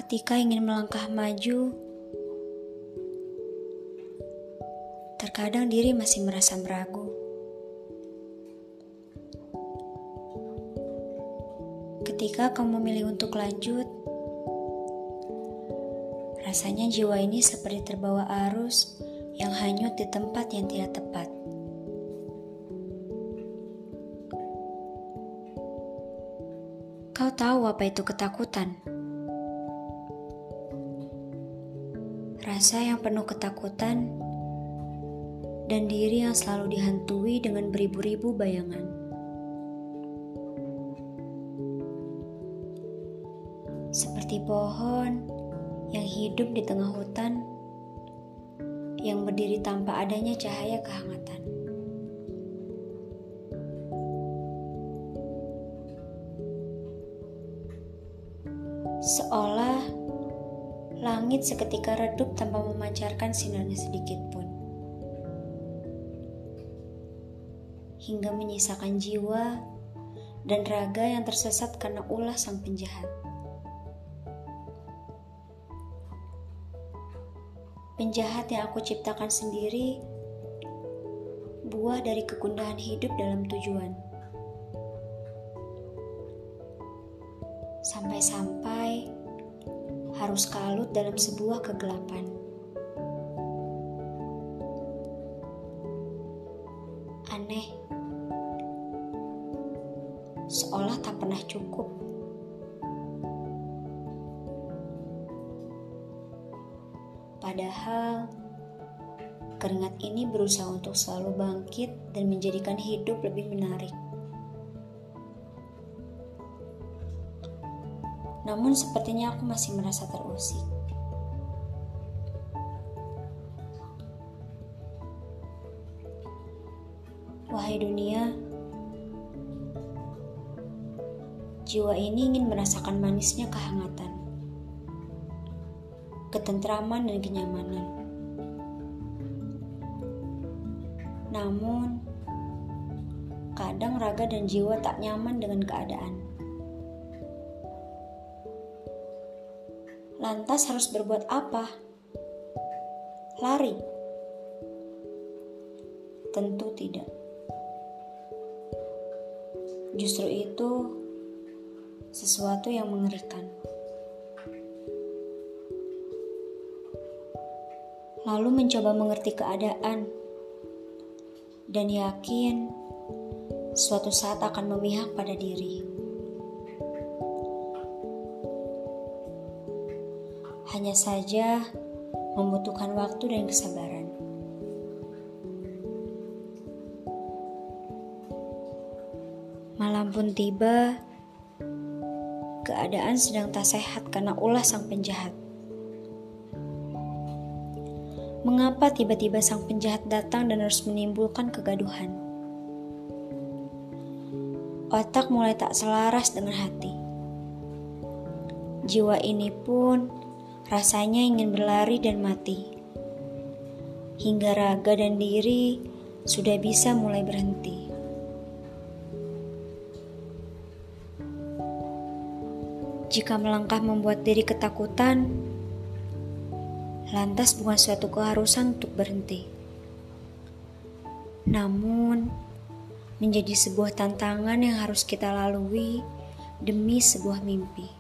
Ketika ingin melangkah maju, terkadang diri masih merasa meragu. Ketika kamu memilih untuk lanjut, rasanya jiwa ini seperti terbawa arus yang hanyut di tempat yang tidak tepat. Kau tahu apa itu ketakutan? Rasa yang penuh ketakutan dan diri yang selalu dihantui dengan beribu-ribu bayangan. Seperti pohon yang hidup di tengah hutan, yang berdiri tanpa adanya cahaya kehangatan. Seolah langit seketika redup tanpa memancarkan sinarnya sedikit pun, hingga menyisakan jiwa dan raga yang tersesat karena ulah sang penjahat. Penjahat yang aku ciptakan sendiri, buah dari kegundahan hidup dalam tujuan. Sampai-sampai harus kalut dalam sebuah kegelapan. Aneh, seolah tak pernah cukup. Padahal keringat ini berusaha untuk selalu bangkit dan menjadikan hidup lebih menarik. Namun sepertinya aku masih merasa terusik. Wahai dunia, jiwa ini ingin merasakan manisnya kehangatan, ketentraman dan kenyamanan. Namun, kadang raga dan jiwa tak nyaman dengan keadaan. Lantas harus berbuat apa? Lari? Tentu tidak. Justru itu sesuatu yang mengerikan. Lalu mencoba mengerti keadaan dan yakin suatu saat akan memihak pada diri. Hanya saja membutuhkan waktu dan kesabaran. Malam pun tiba, keadaan sedang tak sehat karena ulah sang penjahat. Mengapa tiba-tiba sang penjahat datang dan harus menimbulkan kegaduhan? Otak mulai tak selaras dengan hati. Jiwa ini pun rasanya ingin berlari dan mati, hingga raga dan diri sudah bisa mulai berhenti. Jika melangkah membuat diri ketakutan, lantas bukan suatu keharusan untuk berhenti, namun menjadi sebuah tantangan yang harus kita lalui demi sebuah mimpi.